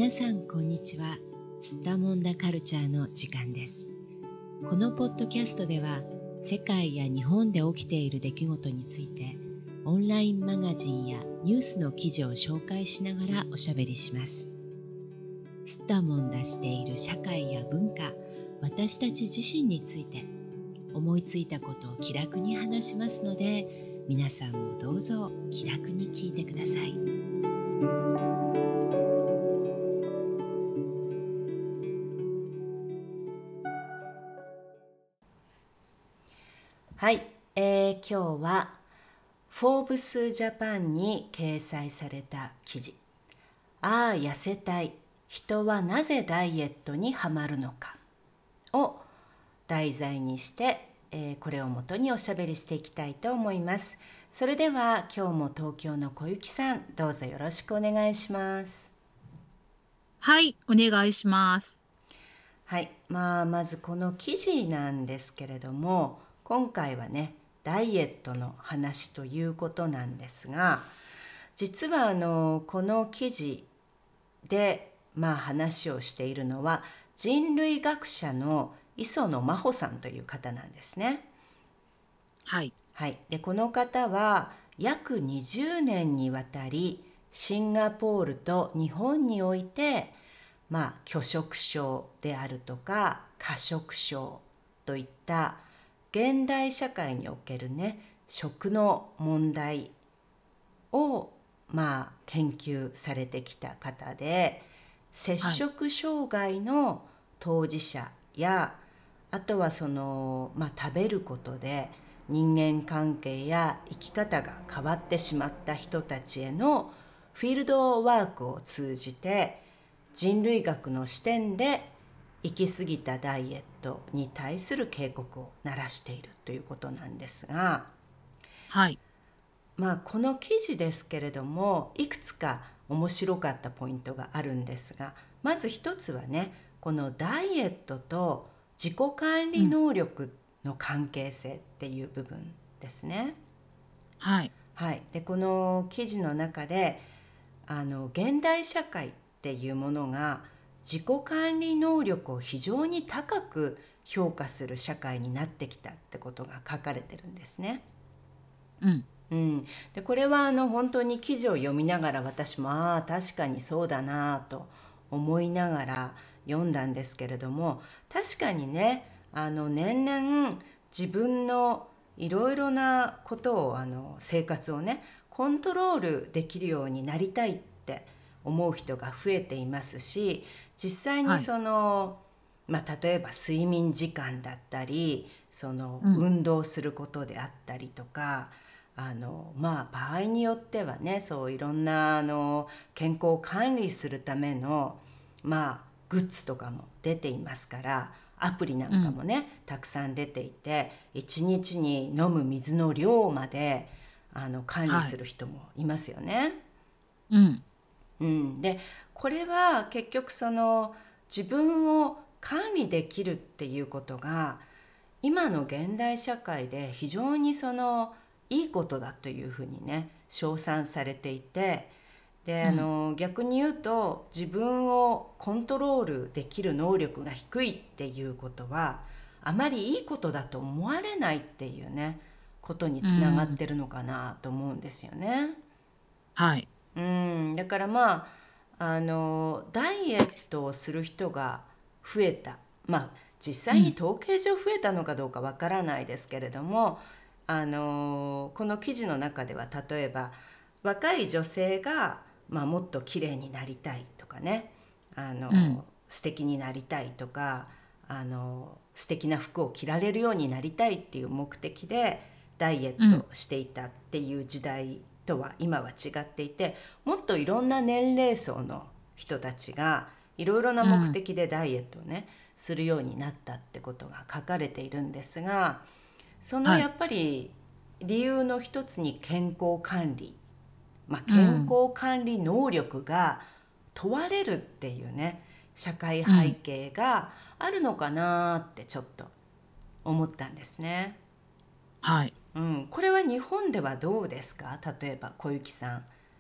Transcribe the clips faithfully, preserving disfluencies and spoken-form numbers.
皆さんこんにちは。すったもんだカルチャーの時間です。このポッドキャストでは世界や日本で起きている出来事についてオンラインマガジンやニュースの記事を紹介しながらおしゃべりします。すったもんだしている社会や文化、私たち自身について思いついたことを気楽に話しますので、皆さんもどうぞ気楽に聞いてください。 はい、えー今日はフォーブスジャパンに掲載された記事、ああ痩せたい、人はなぜダイエットにはまるのかを題材にして、えーこれをもとにおしゃべりしていきたいと思います。それでは今日も東京の小雪さん、どうぞよろしくお願いします。 はい、お願いします。 はい、まあまずこの記事なんですけれども、今回はねダイエットの話ということなんですが、実はあのこの記事でまあ話をしているのは人類学者の磯野真帆さんという方なんですね。 はい。 はい、でこの方は約にじゅうねんにわたりシンガポールと日本において、まあ、拒食症であるとか過食症といった現代社会におけるね食の問題をまあ研究されてきた方で、摂はい。 食障害の当事者や、あとはその、まあ、食べることで人間関係や生き方が変わってしまった人たちへのフィールドワークを通じて人類学の視点で行き過ぎたダイエットに対する警告を鳴らしているということなんですが、 はい。 まあこの記事ですけれどもいくつか面白かったポイントがあるんですが、まず一つはね、このダイエットと自己管理うん。 能力の関係性っていう部分ですね。 はい。 はい、でこの記事の中であの現代社会っていうものが自己管理能力を非常に高く評価する社会になってきたってことが書かれてるんですね。 うん。 うん、でこれはあの本当に記事を読みながら私もああ確かにそうだなと思いながら読んだんですけれども、確かにねあの年々自分のいろいろなことをあの生活をねコントロールできるようになりたいって思う人が増えていますし、実際にはい。 その、まあ、例えば睡眠時間だったりそのうん。 運動することであったりとか、あのまあ場合によってはねそういろんなあの健康を管理するためのまあグッズとかも出ていますから、アプリなんうん。 かもねたくさん出ていて、いちにちに飲む水の量まであの管理はい。 する人もいますよね。 うん。 うん、でこれは結局その自分を管理できるっていうことが今の現代社会で非常にそのいいことだというふうにね称賛されていて、であうん。 の逆に言うと自分をコントロールできる能力が低いっていうことはあまりいいことだと思われないっていうねことにうつながっん。 てるのかなと思うんですよね。 はい。 うん、だからまああのダイエットをする人が増えた、まあ実際にうん。 統計上増えたのかどうかわからないですけれども、あのこの記事の中では例えば若い女性が、まあ、もっと綺麗になりたいとかね、あうん。 の素敵になりたいとか、あの素敵な服を着られるようになりたいっていう目的でダイエッうん。 トしていたっていう時代とは今は違っていて、もっといろんな年齢層の人たちがいろいろな目うん。 的でダイエットをねするようになったってことが書かれているんですが、そのはい。 やっぱり理由の一つに健康管理、まあ、健うん。 康管理能力が問われるっていうね社会背うん。 景があるのかなってちょっと思ったんですね。 はい。 うん、これは日本ではどうですか？例えば小雪さん。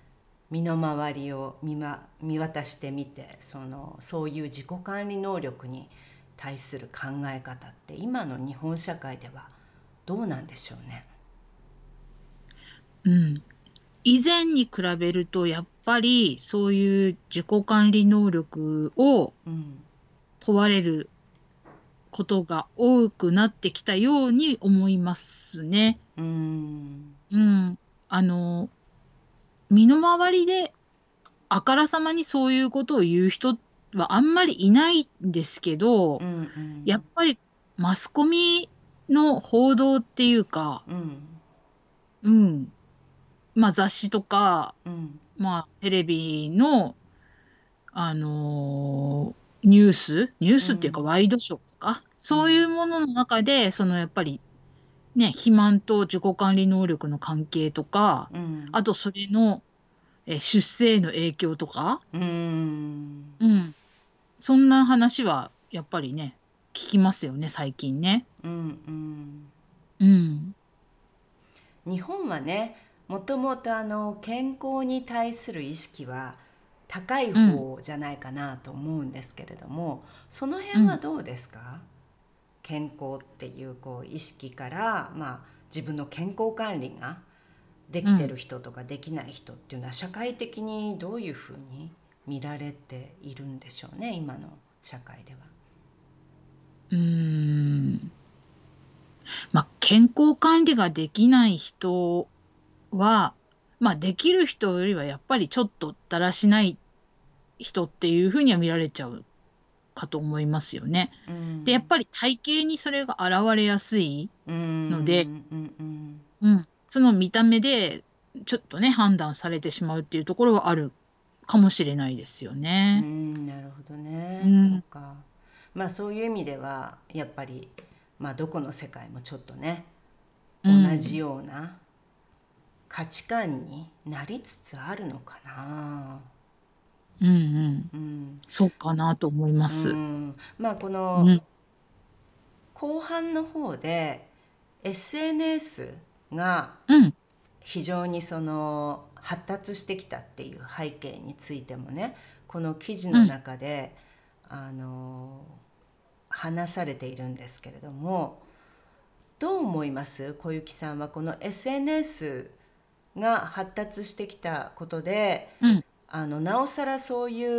身の回りを見、ま、見渡してみて、そのそういう自己管理能力に対する考え方って今の日本社会ではどうなんでしょうね。 うん。以前に比べるとやっぱりそういう自己管理能力をうん問われることが多くなってきたように思いますね。 うーんうん。あの、身の回りであからさまにそういうことを言う人はあんまりいないんですけど、 うんうんやっぱりマスコミの報道っていうか、 うんうん、まあ、雑誌とか、 うんまあ、テレビの、あの、ニュースニュースっていうかうんワイドショーとか、そういううんものの中で、そのやっぱりね、肥満と自己管理能力の関係とか、 うんあとそれの、え、出生への影響とか、 うんうんうん、そんな話はやっぱりね、聞きますよね、最近ね。 うんうん。 日本はね、もともとあの健康に対する意識は高いうん。 方じゃないかなと思うんですけれども、そのうん。 辺はどうですか？健康っていうこう意識から、まあ、自分の健康管理ができてうん。 る人とかできない人っていうのは社会的にどういうふうに見られているんでしょうね、今の社会では。 うーん。ま、健康管理ができない人は、ま、できる人よりはやっぱりちょっとだらしない人っていう風には見られちゃうかと思いますよね。 うで、やっんぱり体型にそれが現れやすいうんので、 うんうんうん、その見た目でちょっとね、判断されてしまうっていうところはあるかもしれないですようね。 ん、なるほどね。そっうん。 か。まあそういう意味ではやっぱり、まあどこの世界もちょっとね、同じうん。 ような価値観になりつつあるのかな。 うんうん。 うん、 そうかなと思いまうす。 ん、まあこのうん。 後半の方で エスエヌエス がうん。 非常にその発達してきたっていう背景についてもね、この記事のうん。 中であの話されているんですけれども、どう思います小雪さんは？この エスエヌエス が発達してきたことで、 うん。 あのなおさらそういう、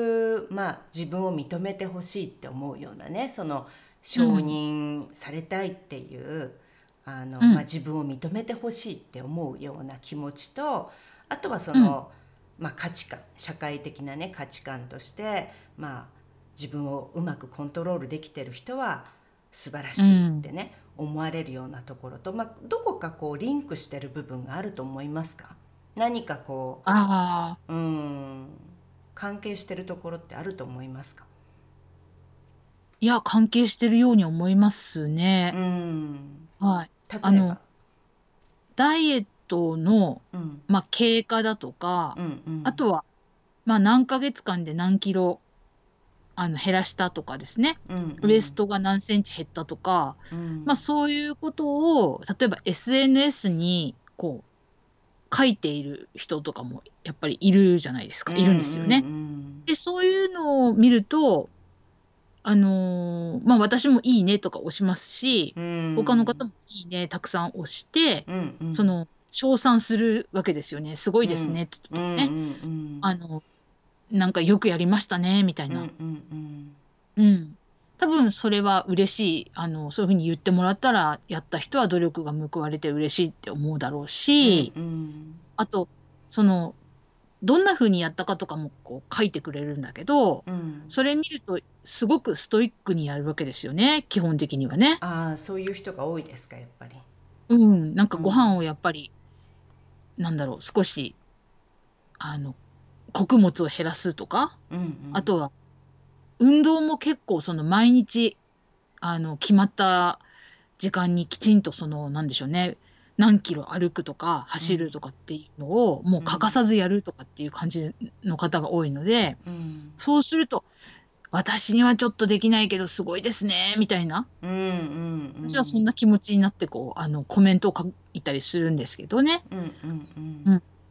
まあ、自分を認めてほしいって思うようなね、その承うん。 認されたいっていうあの、まあ、 うん。 自分を認めてほしいって思うような気持ちと、あとはそうん。 の、まあ、価値観、社会的な、ね、価値観として、まあ、自分をうまくコントロールできてる人は素晴らしいっうん。 てね思われるようなところと、まあ、どこかこうリンクしてる部分があると思いますか？何かこああ、 う、うん関係してるところってあると思いますか？ いや、関係してるように思いますうね。 んはい。あの、 例えば。 ダイエットの、 うんま、経過だとか、 うんうんあとは、ま、何ヶ月間で何キロ、あの、減らしたとかですね。 うんうんウエストが何センチ減ったとか、ま、 うんそういうことを、例えば エスエヌエス にこう書いている人とかもやっぱりいるじゃないですか。 うんういるんですよね。 んで、そういうのを見ると、あの、ま、私もいいねとか押しますし、 うんうん他の方もいいねたくさん押して、 うんうんその、称賛するわけですよね。すごいうんですねとうんうんとかね。あの、なんかよくやりましたねみたいな。 うんうんうん。多分それは嬉しい、あの、そういう風に言ってもらったら、やった人は努力が報われて嬉しいって思うだろうし、 うんうんあと、その、どんな風にやったかとかもこう書いてくれるんだけど、 うんそれ見るとすごくストイックにやるわけですよね、基本的にはね。 ああ、そういう人が多いですか、やっぱり。 うん、なんかうんご飯をやっぱり、なんだろう、少し、あの、穀物を減らすとか、 うんうんあとは運動も結構その毎日、あの、決まった時間にきちんとその、なんでしょうね、何キロ歩くとか走るうんとかっていうのを、もう欠かうんさずやるとかっていう感じの方が多いので、 うんそうすると、私にはちょっとできないけどすごいですねみたいな、 うんうん私はそんな気持ちになってこう、あの、コメントを書いたりするんですけどね。 うんうんうんうん。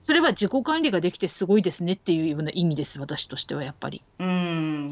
それは自己管理ができてすごいですねっていうような意味です、私としてはやっぱり。 うん、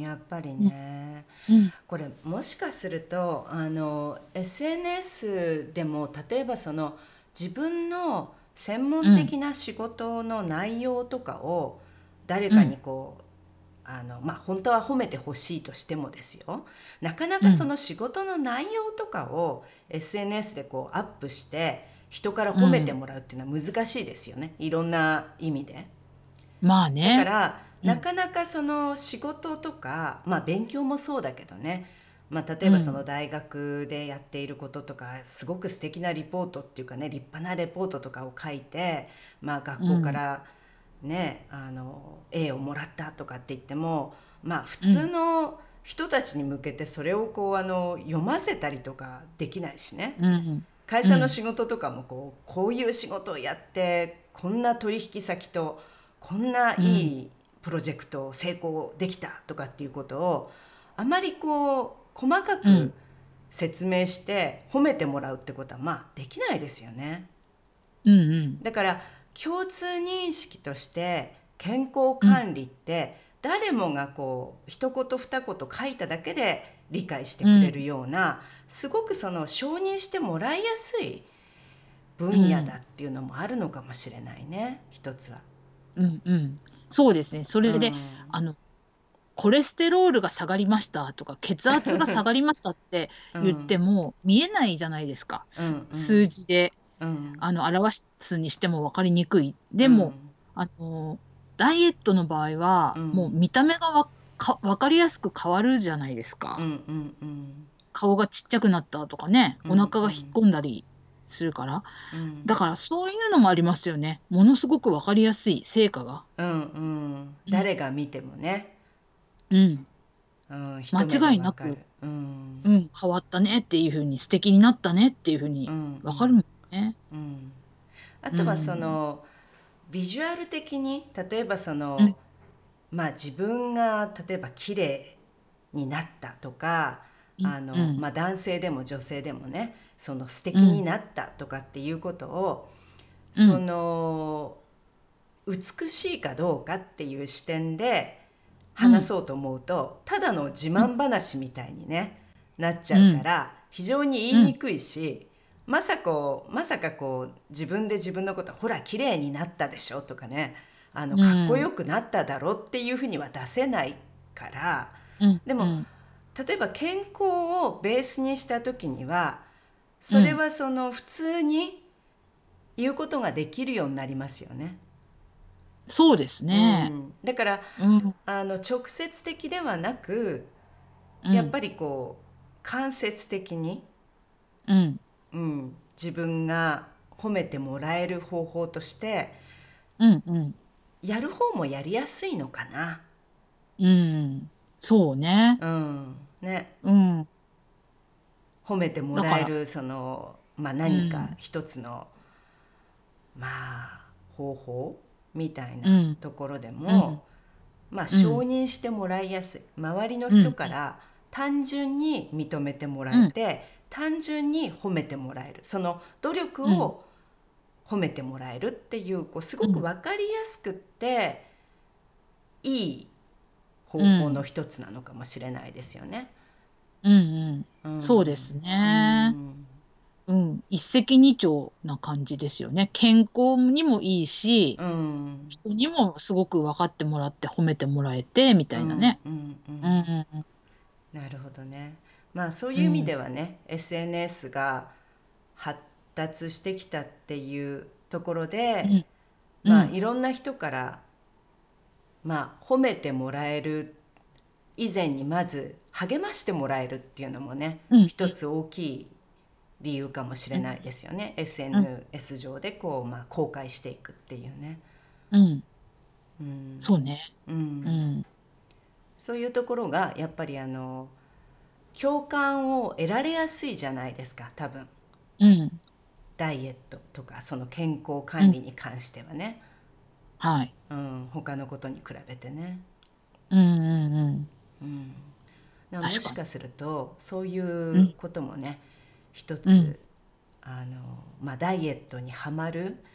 やっぱりうん。 ね。 うん。 これもしかするとあの エスエヌエス でも例えばその自分の専門うん。 的な仕事の内容とかを誰かにうん。 こうあのまあ本当は褒めてほしいとしてもですよ、なかなうん。 かその仕事の内容とかを エスエヌエス でこうアップして人からうん。 褒めてもらうっていうのは難しいですよね、いろんな意味で。 まあだかね。 らうん。 なかなかその仕事とか、まあ、勉強もそうだけどね、まあ、例えばそのうん。 大学でやっていることとかすごく素敵なリポートっていうかね、立派なレポートとかを書いて、まあ、学うん。 校からねあの A をもらったとかって言っても、まあ、普通うん。 の人たちに向けてそれをこうあの読ませたりとかできないしね。 うん。 会社のうん。 仕事とかもこうこういう仕事をやってこんな取引先とこんなうん。 いいプロジェクトを成功できたとかっていうことをあまりこう細かうん。 く説明して褒めてもらうってことはまあできないですよね。 うん。 だから共通認識として健康うん。 管理って誰もがこう一言二言書いただけで理解してうん。 くれるような、すごくその承認してもらいやすい分野だうん。 っていうのもあるのかもしれないね、一つは。 うん。うん。そうですね。そうれで、あんの、コレステロールが下がりましたとか、血圧が下がりましたって言ってうんも見えないじゃないですか。 うんうす数ん字で、 うんあの、表すにしても分かりにくい。でも、 うんあの、ダイエットの場合は、もううん見た目がわか分かりやすく変わるじゃないですうんうか。 んうん顔がちっちゃくなったとかね、 うんお腹が引っうん込んだりするから。 うんだからそういうのもありますよね。ものすごく分かりやすい成果が。 うんうんうん。 誰が見てもね、 うん。 うん、一目で間違いなく、 わかる。うんうん、変わったねっていう風に、素敵になったねっていう風にうんうん分かるもんね。 うんあうとはそん。 のビジュアル的に例えばそうん、 のまあ自分が例えば綺麗になったとか、 うん、 あの、 うん、 まあ、男性でも女性でもね、その素うん、 敵になったとかっていうことをそうん、 の美しいかどうかっていう視点でうん、 話そうと思うとただの自うん、 慢話みたいに、ね、なっちゃうかうん、 ら非常に言いうん、 にくいし、まさこうまさかこう自分で自分のことほら綺麗になったでしょとかね、あのうかっこん、 よくなっただろっていうふうには出せないから。 うん、 でもうん、 例えば健康をベースにした時にはそれうん。 はその普通に言うことができるようになりますよね。 そうですうね。 ん、だからうん、 あの直接的ではなくうん、 やっぱりこう間接的に、 うん、 うん、自分が褒めてもらえる方法としてうん、うん、 やる方もやりやすいのかな。 うん。そうね。 うんね、 うん。 褒めてもだから、 らえるその、まあ、 う何かん、 一つのまあ方法みたいなうん、 ところでうん、 も、まあ、 うん、 承認してもらいやすい、周りのうん、 人から単純に認めてもらうん、 えて単純に褒めてもらえる、その努力うん、 を褒めてもらえるっていう、こうすごくうん、 分かりやすくっていい方法のうん、 一つなのかもしれないですよね。 うん、うん。 うんそうですうね。 んうん。一石二鳥な感じですよね。健康にもいいし、 うん人にもすごく分かってもらって褒めてもらえて、みうんたいなね。 うんううん、 んうん、 なるほどね。まあそういう意味うん、 ではね エスエヌエス が発達してきたっていうところで、 うん、うまあん、 いろんな人からまあ褒めてもらえる以前にまず励ましてもらえるっていうのもね、 うん、 一つ大きい理由かもしうん、 れないですよね。 うん、 エスエヌエス 上でこう、まあ、公開していくっていうね。 うん、 うん、 そうね。 うん、 うん、 そういうところがやっぱりあの共感を得られやすいじゃないですか、多分。 うん、 ダイエットとかその健康うん、 管理に関してはね、 はい。 うん、他のことに比べてね。 うん、うん、うん。 うん、だからも確かに。 しかするとそういううん、 こともね一うん、 つあの、まあ、ダイエットにはまる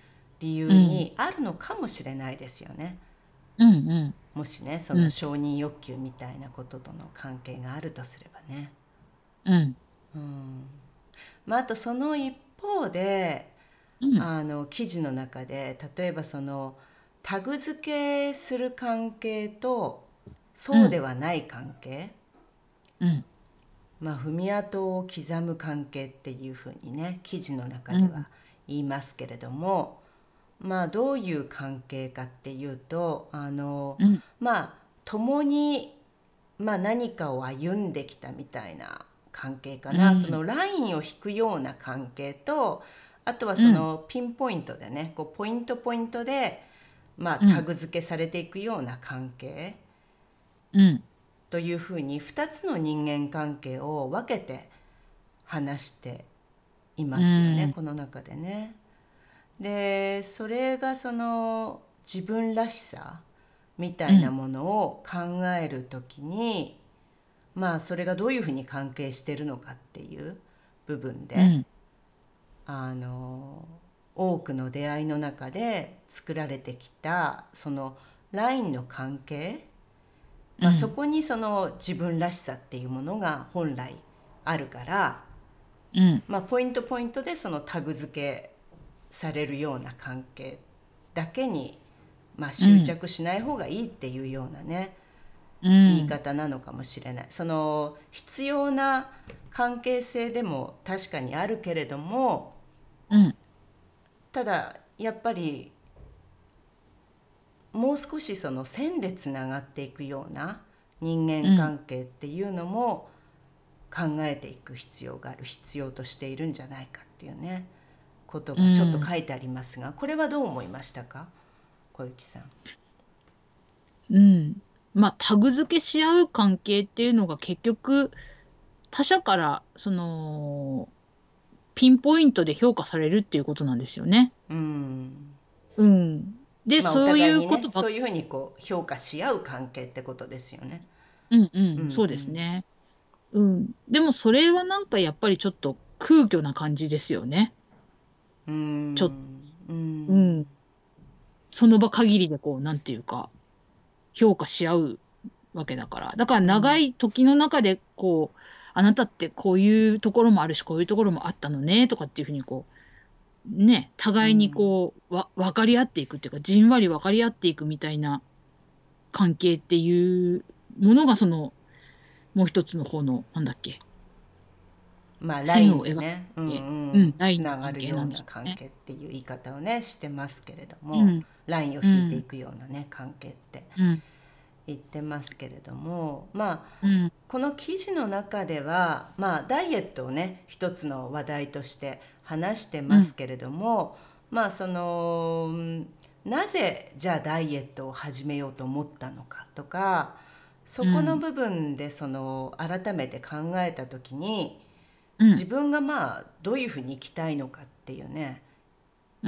理由うんにあるのかもしれないですよね。 うんうんもしね、そうんの承認欲求みたいなこととの関係があるとすればね。 うんうんまあ、あとその一方で、 うんあの記事の中で例えばそのタグ付けする関係とそうではない関係、 うんまあ、踏み跡を刻む関係っていうふうにね記事の中でうんは言いますけれども、まあどういう関係かっていうと、あのうんまあ共に、まあ、何かを歩んできたみたいな関係かな。そうんのラインを引くような関係と、あとはそうんのピンポイントでね、こうポイントポイントで、まあ、 うんタグ付けされていくような関係うんというふうにふたつの人間関係を分けて話していますよね、この中でね。でそれがその自分らしさみたいなものを考えるときに、まあそれがどういうふうに関係してるのかっていう部分で、 うんあの多くの出会いの中で作られてきたそのラインの関係、まあ、そこにその自分らしさっていうものが本来あるから、 うんまあ、ポイントポイントでそのタグ付けされるような関係だけに、まあ、執着しない方がいいっていうようなね、 うん言い方なのかもしれない。その必要な関係性でも確かにあるけれども、 うんただやっぱりもう少しその線でつながっていくような人間関係っていうのも考えていく必要がある、必要としているんじゃないかっていうねことがちょっと書いてありますが、これはどう思いましたか、小雪さん。 うんまあタグ付けし合う関係っていうのが結局他者からそのピンポイントで評価されるっていうことなんですよね。 うんうん。で、 まあおそうい互いにうことばっ、 ねそういうふうにこう評価し合う関係ってことですよね。 うんううんん、そうですね。うん。でもそれはなんかやっぱりちょっと空虚な感じですよね。 うんちょっと、 ううんん。その場限りでこう、なんていうか、評価し合うわけだから。だから長うんい時の中でこう、あなたってこういうところもあるし、こういうところもあったのね、とかっていうふうにこう、ね、 う互いにんこう、わ、分かり合っていくっていうか、じんわり分かり合っていくみたいな関係っていうものが、その、もう一つの方の、なんだっけ、 まあライン線を描く関でね、うんう係、うん、 ん、 ラインのつなが関係なんでるようなしょうね。 関係っていう言い方をねしてますけれども、 うん、 ラインをうん、 引いていくようなね関係ってうん、 言ってますけれども、まあうん、 この記事の中では、まあ、ダイエットをね一つの話題として話してうん、 ますけれども、まあそのうんなぜじゃあダイエットを始めようと思ったのかとか、そこのうん、 部分でその改めて考えた時にうん、 自分がまあどういうふうに生きたいのかっていうね、 うん、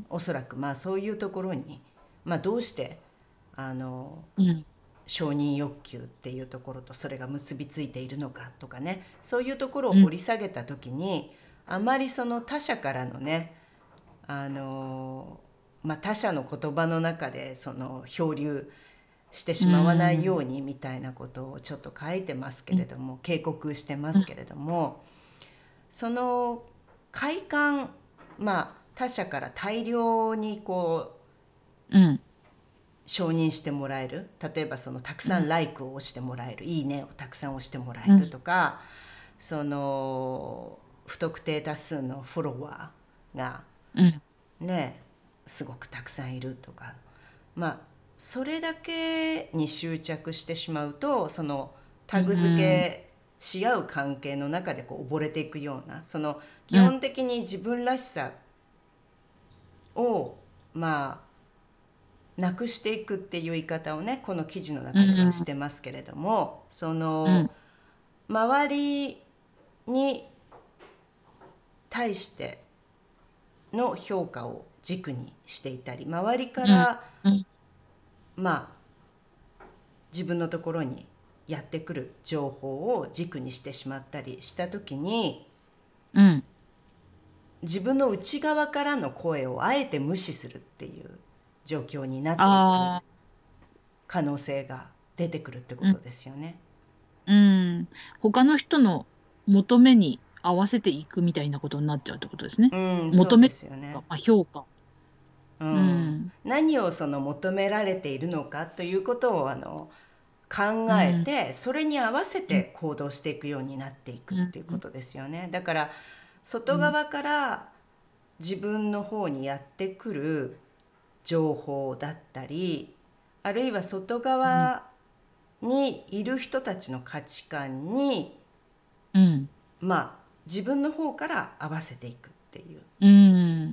おそらくまあそういうところに、まあ、どうしてあのうん、 承認欲求っていうところとそれが結びついているのかとかね、そういうところをうん、 掘り下げた時にあまりその他者からのね、あの、まあ、他者の言葉の中でその漂流してしうまわないよん、 うにみたいなことをちょっと書いてますけうん、 れども、警告してますけれども、その快感、まあ他者から大量にこううん、 承認してもらえる、例えばそのたくさんライクを押してもらえる、いいねをたくさん押してもらえるうん、 とか、その不特定多数のフォロワーがうん、 ねすごくたくさんいるとか、まあそれだけに執着してしまうと、そのタグ付けし合う関係の中でこう溺れていくような、その基うん、 本的に自分らしさをまあなくしていくっていう言い方をねこの記事の中ではしてますけれども、その周りに対しての評価を軸にしていたり、周りからうん、 まあ自分のところにやってくる情報を軸にしてしまったりした時に、 うん、 自分の内側からの声をあえて無視するっていう状況になっていくあ可能性が出てくるってこー、うん、 とですよね。 うん。他の人の求めに合わせていくみたいなことになっちゃうってことですね。 うん、そうで求めすよね。 か、まあ、評価。 ううん、 ん、 何をその求められているのかということをあの考うん、 えて、それに合わせうん、 て行動していくようになっていくっうん、 ていうことですよね。だからうん、 外側から自分の方にやってくる情報だったり、あるいは外うん、 側にいる人たちの価値観に、 うん、 まあ自分の方から合わせていくっていう。 うん、 うん、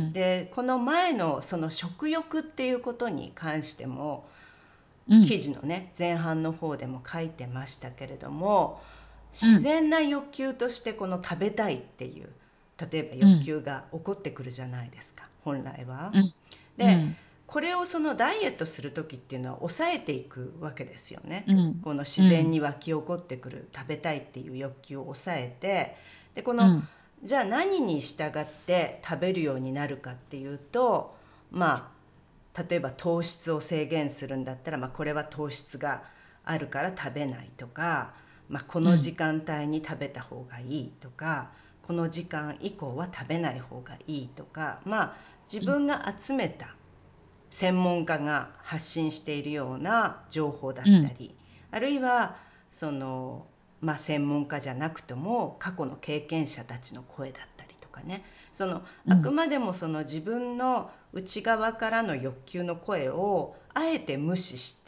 うん、 でこの前のその食欲っていうことに関してもうん、 記事のね前半の方でも書いてましたけれども、自うん、 然な欲求としてこの食べたいっていう例えばうん、 欲求が起こってくるじゃないですか、本来は。 うん、うでん、 これをそのダイエットする時っていうのは抑えていくわけですよね。 うん、 このうん、 自然に湧き起こってくる食べたいっていう欲求を抑えて、でこのうん、 じゃあ何に従って食べるようになるかっていうと、まあ例えば糖質を制限するんだったら、まあ、これは糖質があるから食べないとか、まあ、この時間帯に食べた方がいいとか、この時間以降は食べない方がいいとか、まあ自分が集めた専門家が発信しているような情報だったり、あるいはその、まあ、専門家じゃなくても過去の経験者たちの声だったりとかね、そのうん、 あくまでもその自分の内側からの欲求の声をあえて無視して、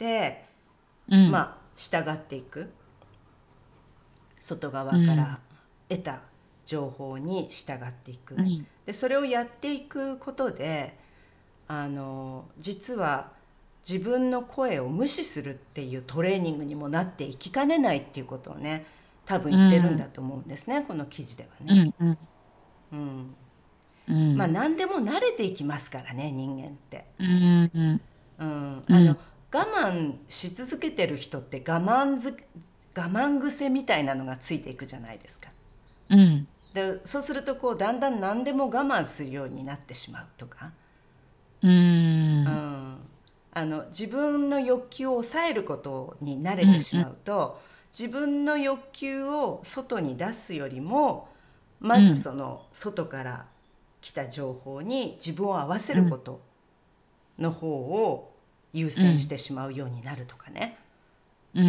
うん、 まあ従っていく、外うん、 側から得た情報に従っていく。 うん、 でそれをやっていくことで、あの実は自分の声を無視するっていうトレーニングにもなっていきかねないっていうことをね多分う言ってるんん、 だと思うんですね、この記事ではね。 うん、うん、 うん、 うん、 まあ何でも慣れていきますからね、人間って。 うん、うん、 うん、 うん、 あの我慢し続けてる人って我慢ず我慢癖みたいなのがついていくじゃないですか。 うん、 でそうするとこうだんだん何でも我慢するようになってしまうとか、 ううん、 ん、あの自分の欲求を抑えることに慣れうん、 てしまうと、自分の欲求を外に出すよりもまずその外から来た情報に自分を合わせることの方を優先してしまうようになるとかね、 うん、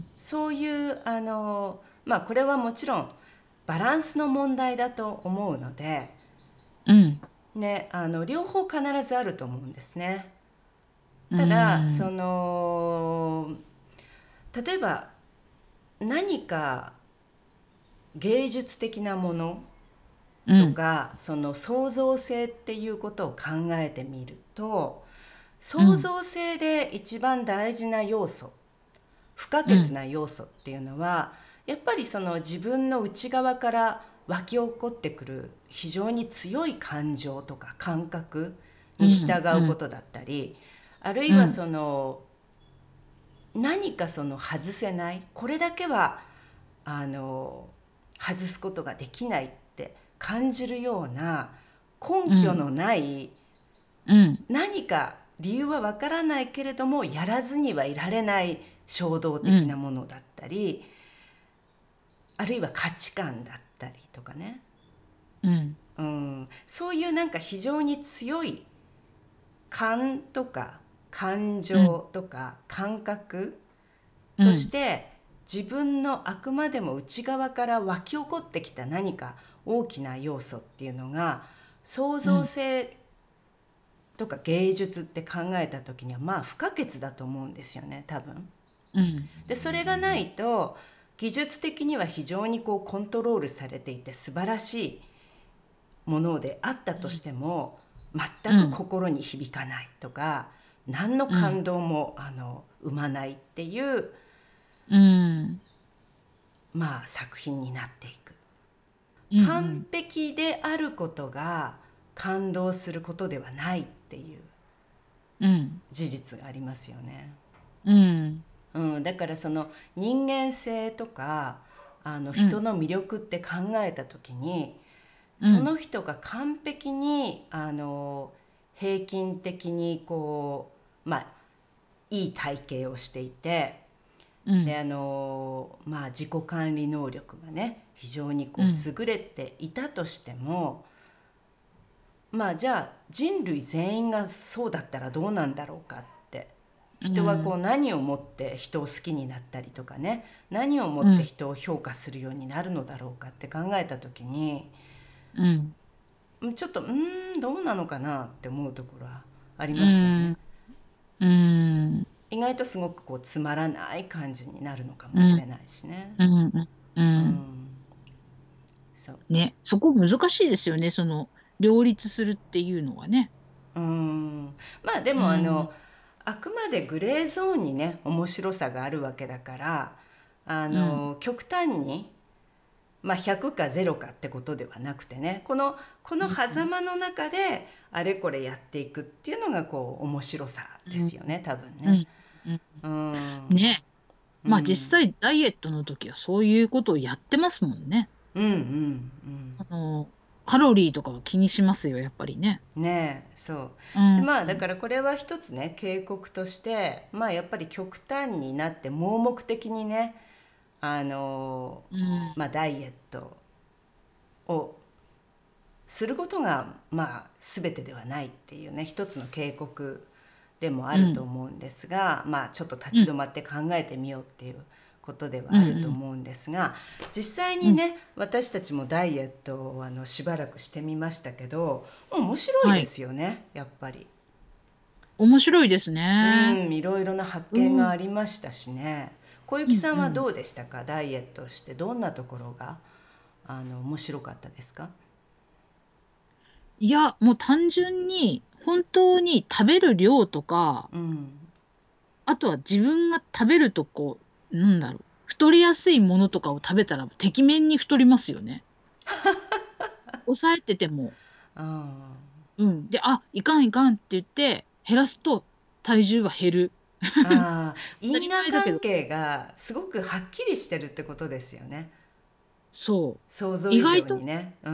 そういうあのまあこれはもちろんバランスの問題だと思うので、 うん、 ね、あの両方必ずあると思うんですね。 うただそん、 の例えば何か芸術的なものとうん、 かその創造性っていうことを考えてみると、 うん、 創造性で一番大事な要素、不可うん、 欠な要素っていうのはやっぱりその自分の内側から湧き起こってくる非常に強い感情とか感覚に従うことだったり、あるいはその何かその外せない、これだけはあの外すことができないって感じるような根拠のないうん、 何か理由はわからないけれどもやらずにはいられない衝動うん、 的なものだったり、あるいは価値観だったりとかね、 うん、 うん、そういうなんか非常に強い感とか感うん、 情とか感覚としうん、 て自分のあくまでも内側から湧き起こってきた何か大きな要素っていうのが創造性とか芸術って考えた時にはまあ不可欠だと思うんですよね、多分。 うん、 でそれがないと技術的には非常にこうコントロールされていて素晴らしいものであったとしても全く心に響かないとか何の感動もあの生まないっていううん、 まあ作品になっていく。 うん、う完ん、 璧であることが感動することではないっていううん、 事実がありますよね。 うん、 うん、だからその人間性とかあのうん、 人の魅力って考えた時にその人が完璧にあの平均的にこう、まあ、いい体型をしていて、 うんであの、まあ、自己管理能力がね非常にこううん優れていたとしても、まあじゃあ人類全員がそうだったらどうなんだろうかって、人はこう何をもって人を好きになったりとかね、何をもって人を評価するようになるのだろうかって考えた時に、 うんうんちょっとうーんどうなのかなって思うところはありうますよね。 んうん意外とすごくこうつまらない感じになるのかもうんしれないしね。 うんうんううんん、そう。 ね、そこ難しいですよね、その両立するっていうのはね。 うーんまあでうん。 もあのあくまでグレーゾーンにね面白さがあるわけだから、あうん。 の極端に、まあ、ひゃくかゼロかってことではなくてね、このこの狭間の中であれこれやっていくっていうのがこう面白さうん。 ですよね多分ね。 うん。うん。 うーんね。まあ実うん際ダイエットの時はそういうことをやってますもんね。 うんうんその、カロリーとかは気にしますよ、やっぱりね。 うんねえそうで、 うん。 まあだからこれは一つね警告として、まあやっぱり極端になって盲目的にね、あのうん。 まあダイエットをすることがまあ全てではないっていうね一つの警告でもあうん。 ると思うんですが、まあちょっとうん。 立ち止まって考えてみようっていうことではうん。 あるとうん。 思うんですが、実際うん。 にね私たちもダイエットをあのしばらくしてみましたけど、面白いはい。 ですよねやっぱり。 面白いですうね。 んいろいろな発うん。 見がありましたしね。小うん。 雪さんうん。 はどうでしたか、ダイエットしてどんなところがあの面白かったですか？ いや、もう単純に、本当に食べる量とか、 うんあとは自分が食べるとこう、なんだろう、太りやすいものとかを食べたら、てきめんに太りますよね。抑えてても。 あうん。で、あ、いかんいかんって言って、減らすと体重は減る。 ああ、 当たり因果前だけど、 関係がすごくはっきりしてるってことですよね。 そう。 想像以上意外と、 にね。うん。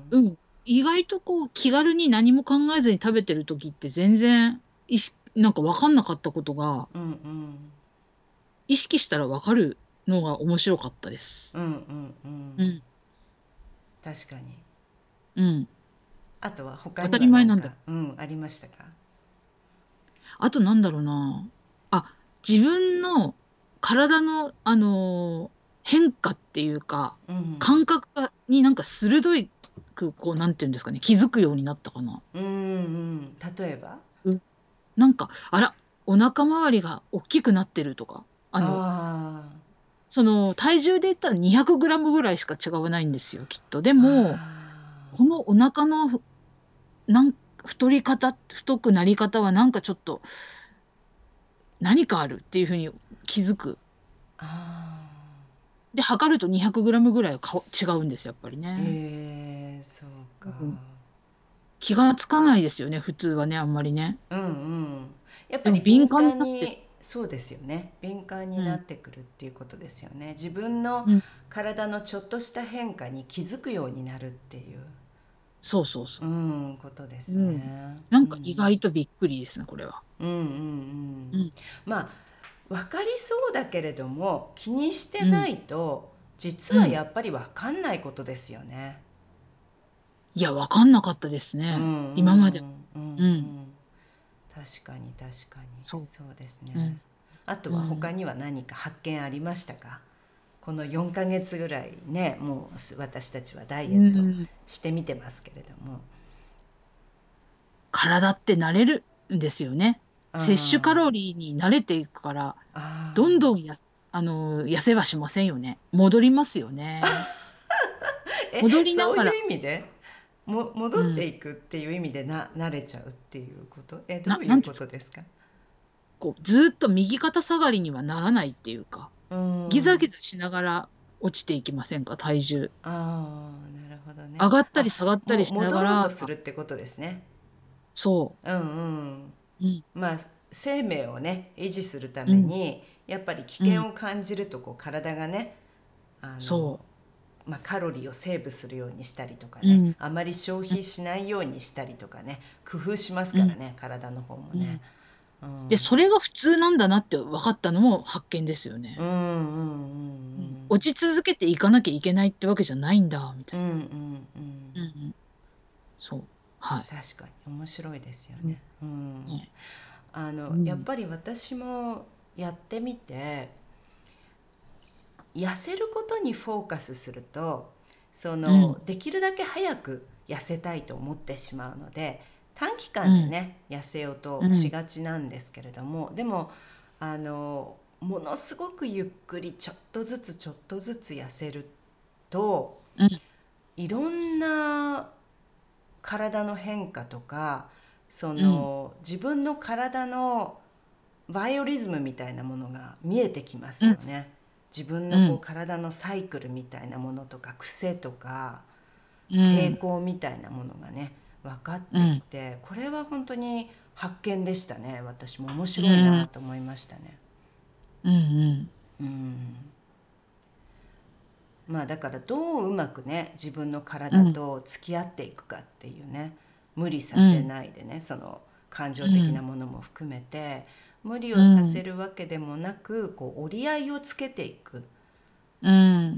うん。意外とこう、気軽に何も考えずに食べてる時って全然、いしなんか分かんなかったことが、 うんうん意識したら分かるのが面白かったです。 うんうんうん。 うん。 確かに。 うん。 あとは他当たには何か、 り前なんだ。 うん、ありましたか？ あとなんだろうな。あ、自分の体の、あのー変化っていうか、 うん感覚がになんか鋭いく、こう、なんていうんですかね、気づくようになったかな。 うんうん。例えば？ うん。なんか、あら、お腹周りが大きくなってるとか、あの、 あその、体重で言ったらにひゃくグラムぐらいしか違わないんですよ、きっと。であも、 あこのお腹のふなん太り方太くなり方はなんかちょっと、何かあるっていう風に気づく。 ああ。 で、測るとにひゃくグラムぐらいはか違うんですよ、やっぱりね。 ええ、そうか。 うん。気がつかないですよね、普通はね、あんまりね。 うんうん。やっぱでも敏り敏感になってる。 感に、そうですよね。敏感にうん。 なってくるっていうことですよね。自分のうん。 体のちょっとした変化に気づくようになるっていう、 そうそうそうん、ことでう。 すうん。 ね。 なんか意うん。 外とびっくりですね、これは。 うんうんうん。 うん。 まあ、分かりそうだけれども、気にしてうん。 ないと、実うん。 はやっぱり分かんないことですよね。 いや、わかんなかったですうんうね、今まで。 んうんううん。 ん。確かに確かにそう。 そうですうん。 ね。あとうん。 は他には何か発見ありましたか？このよんかげつぐらいねもう私たちはダイうエットん。 してみてますけれども。 体って慣れるんですよね。摂取カあロリーに慣れていくから、 あどんどんやすあの、痩せはしませんよね。戻りますよね。 え戻りなそうがら、 いう意味でも戻ってうん、 いくっていう意味でな慣れちゃうっていうこと？えどなういうなんていうんですか、 ことですか？ こう、ずっと右肩下がりにはならないっていうか、 うギザん。 ギザしながら落ちていきませんか、体重。 ああなるほどね。 上がったあり下がったりもしながら、 戻ろうとするってことですね。 そうんうんう、うん、 まあ生命をね維持するたうん、 めにやっぱり危うん、 険を感じるとこう体がねあのそまあ、カロリーをセーブするようにしたりとかね、 うんあまり消費しないようにしたりとかね、工夫しますからね、体の方もね。うんで、それが普通なんだなって分かったのも発見ですよね。 うんうんうん落ち続けていかなきゃいけないってわけじゃないんだ、みたいうんうんうんうんな。うんうん。そう。はい。 確かに面白いですようんね。うんね。 あのやっうん。 ぱり私もやってみて、痩せることにフォーカスすると、そのうん。 できるだけ早く痩せたいと思ってしまうので、短期間でうん。 ね痩せようとうん。 しがちなんですけれども、でもあのものすごくゆっくりちょっとずつちょっとずつ痩せると、 うん。 いろんな体の変化とか、そうん。 の自分の体のバイオリズムみたいなものが見えてきますうん。 よね。自分のこううん。 体のサイクルみたいなものとか癖とかう傾ん。 向みたいなものがね分かってきうん。 て、これは本当に発見でしたね。私も面う白いなん。 と思いましたね。 うん。 うんまあだからどううまくね自分のうん。 体と付き合っていくかっていうね、無理させうん。 ないでね、その感情的なうん。 ものも含めて無理をさせうん。 るわけでもなく、こう折り合いをつけていくっうん。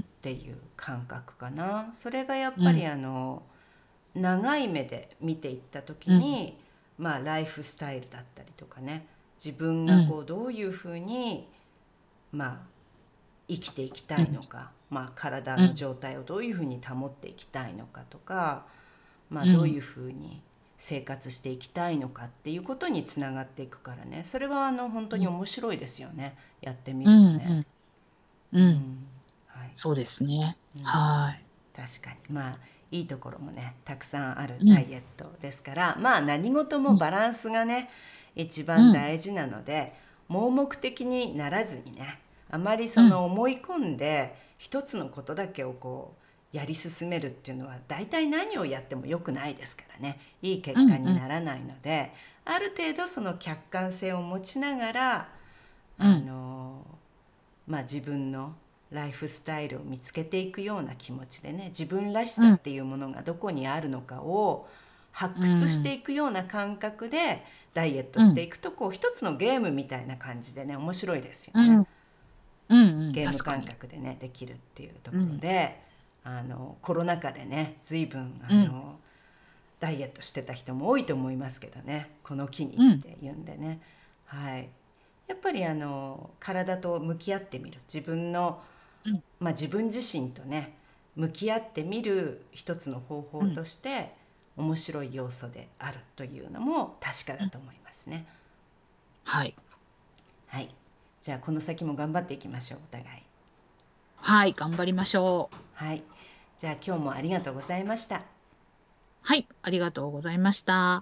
ていう感覚かな。それがやっうん。 ぱりあの長い目で見ていった時うん。 に、まあライフスタイルだったりとかね、自分うん。 がこうどういうふうにまあ生きていきたうん。 いのか、まあ、体うん。 の状態をどういうふうに保っていきたいのかとか、まあ、 うん。 どういうふうに生活していきたいのかっていうことにつながっていくからね、それはあの本当に面白いですよね、やってみうん。 るとね。 うん。うん。 うんはいそうですね。 うん、 はい。 確かにまあいいところもねたくさんあるうん。 ダイエットですから、まあ何事うん。 もバランスがね一番うん。 大事なので、盲目的にならずにね、あまりそうん。 の思い込んで一つのことだけをこうやり進めるっていうのは大体何をやっても良くないですからね、いい結果うん。うん。 にならないので、ある程度その客観性を持ちながらあうん。 のまあ自分のライフスタイルを見つけていくような気持ちでね、自分らしさっていうものがどこにあるのかを発う掘してん。 いくような感覚でダイエットうん。 していくと、こう一つのゲームみたいな感じでね面白いですよね。 うん。うん。うん。 ゲーム確かに。 感覚でねできるっていうところうん。 で、あのコロナ禍でね随分あうん。 のダイエットしてた人も多いと思いますけどね、この機にっうん。 ていうんでね。はいやっぱりあの体と向き合ってみる、自分のうん。 まあ、自分自身とね向き合ってみる一つの方法うん。 として面白い要素であるというのも確かだと思いますね。 はい。 はい、じゃあこの先も頑張っていきましょう、お互い。 はい、頑張りましょう。 はい、じゃあ今日もありがとうございました。 はい、ありがとうございました。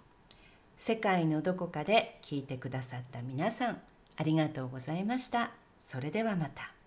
世界のどこかで聞いてくださった皆さん、ありがとうございました。それではまた。